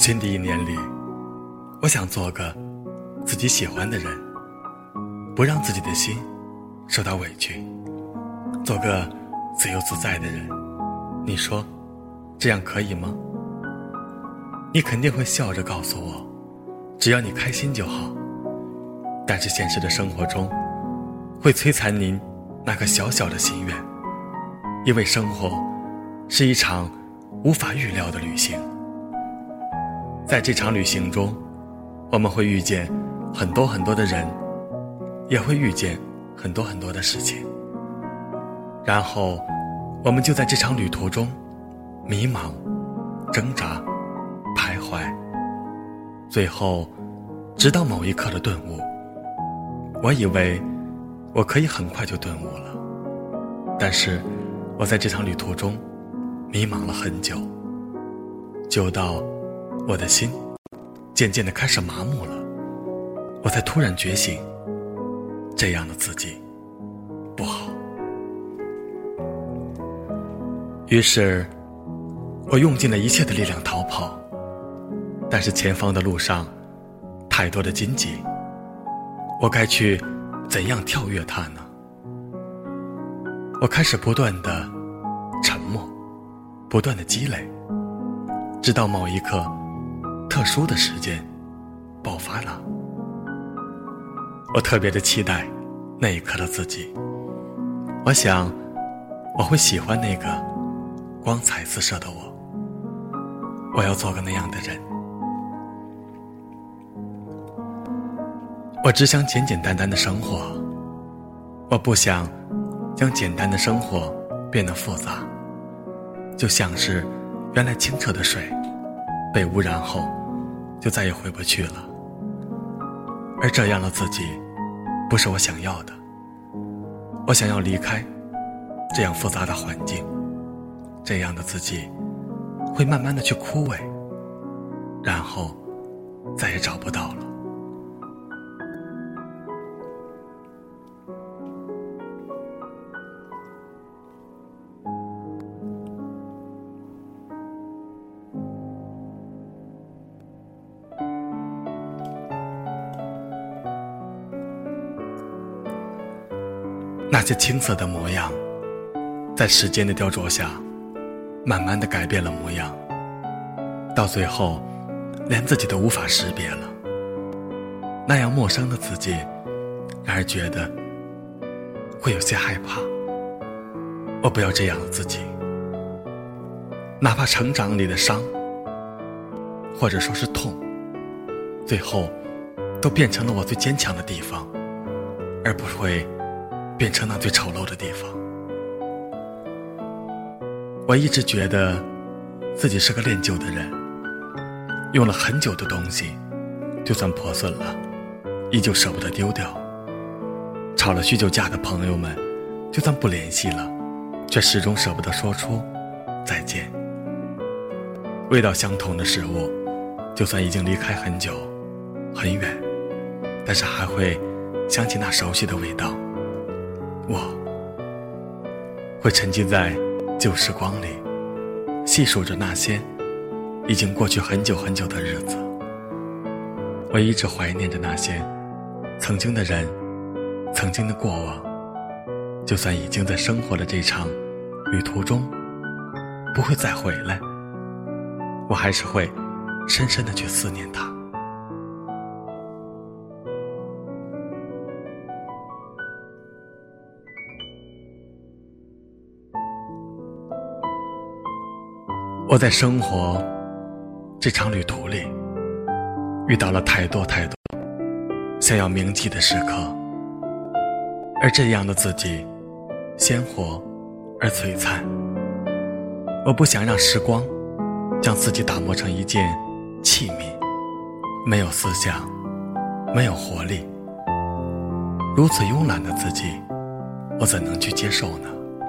新的一年里，我想做个自己喜欢的人，不让自己的心受到委屈，做个自由自在的人。你说这样可以吗？你肯定会笑着告诉我，只要你开心就好。但是现实的生活中会摧残您那个小小的心愿，因为生活是一场无法预料的旅行。在这场旅行中，我们会遇见很多很多的人，也会遇见很多很多的事情，然后我们就在这场旅途中迷茫、挣扎、徘徊，最后直到某一刻的顿悟。我以为我可以很快就顿悟了，但是我在这场旅途中迷茫了很久，久到我的心渐渐地开始麻木了，我才突然觉醒，这样的自己不好。于是我用尽了一切的力量逃跑，但是前方的路上太多的荆棘，我该去怎样跳跃它呢？我开始不断的沉默，不断的积累，直到某一刻特殊的时间爆发了。我特别的期待那一刻的自己，我想我会喜欢那个光彩四射的我，我要做个那样的人。我只想简简单单的生活，我不想将简单的生活变得复杂，就像是原来清澈的水被污染后就再也回不去了。而这样的自己不是我想要的，我想要离开这样复杂的环境，这样的自己会慢慢的去枯萎，然后再也找不到了。那些青涩的模样，在时间的雕琢下慢慢地改变了模样，到最后连自己都无法识别了。那样陌生的自己，然而觉得会有些害怕。我不要这样的自己，哪怕成长里的伤或者说是痛，最后都变成了我最坚强的地方，而不会变成那最丑陋的地方。我一直觉得自己是个恋旧的人，用了很久的东西，就算破损了，依旧舍不得丢掉。吵了许久架的朋友们，就算不联系了，却始终舍不得说出再见。味道相同的食物，就算已经离开很久很远，但是还会想起那熟悉的味道。我会沉浸在旧时光里，细数着那些已经过去很久很久的日子。我一直怀念着那些曾经的人，曾经的过往，就算已经在生活的这场旅途中不会再回来，我还是会深深地去思念它。我在生活这场旅途里遇到了太多太多想要铭记的时刻，而这样的自己鲜活而璀璨。我不想让时光将自己打磨成一件器皿，没有思想，没有活力。如此慵懒的自己，我怎能去接受呢？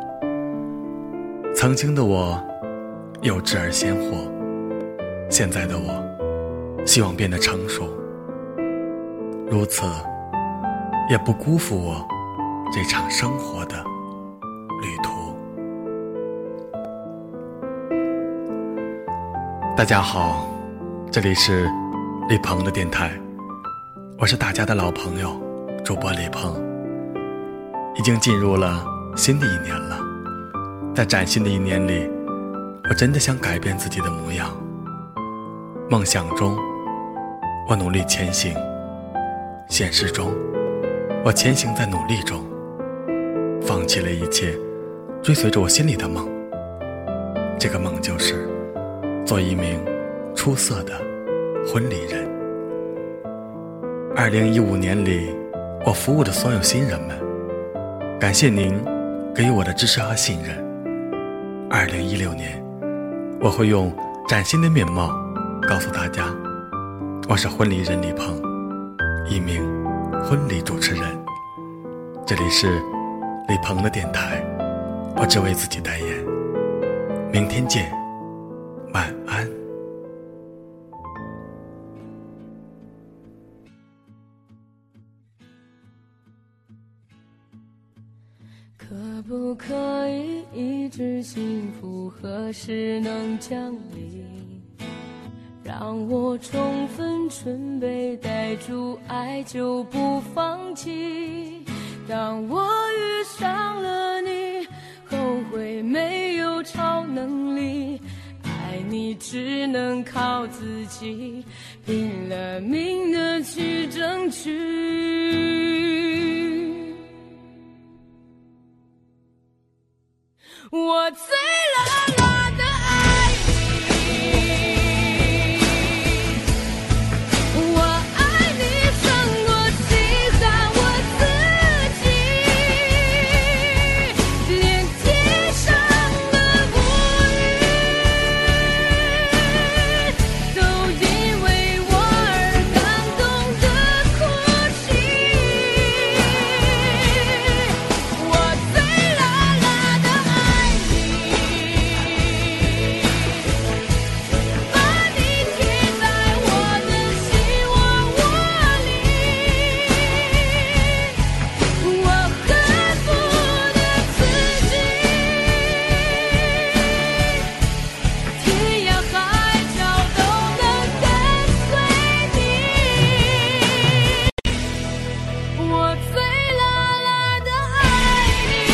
曾经的我幼稚而鲜活，现在的我希望变得成熟，如此也不辜负我这场生活的旅途。大家好， 这里是李鹏的电台，我是大家的老朋友主播李鹏。已经进入了新的一年了，在崭新的一年里，我真的想改变自己的模样。梦想中我努力前行，现实中我前行在努力中，放弃了一切，追随着我心里的梦。这个梦就是做一名出色的婚礼人。2015年里，我服务的所有新人们，感谢您给予我的支持和信任。2016年，我会用崭新的面貌告诉大家，我是婚礼人李鹏，一名婚礼主持人。这里是李鹏的电台，我只为自己代言。明天见，晚安。 可不可以一直幸福，何时能降临？让我充分准备，待住爱就不放弃。当我遇上了你，后悔没有超能力，爱你只能靠自己，拼了命的去争取。我醉了啦的爱你，我爱你胜过其他我自己，连天上的乌云都因为我而感动的哭泣。我醉了啦的爱把你贴在我的心窝窝里，我恨不得自己天涯海角都能跟随你。我醉了啦的爱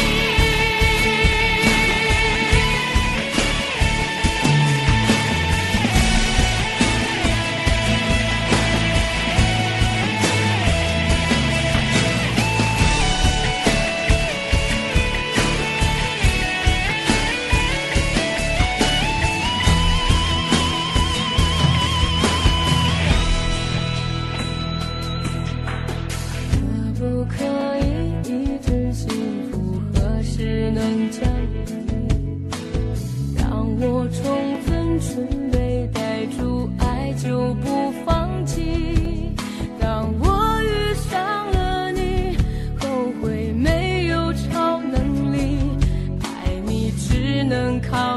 可不可以一直幸福，何时能降临？让我充分准备，待住爱就不放弃。当我遇上了你，后悔没有超能力，爱你只能靠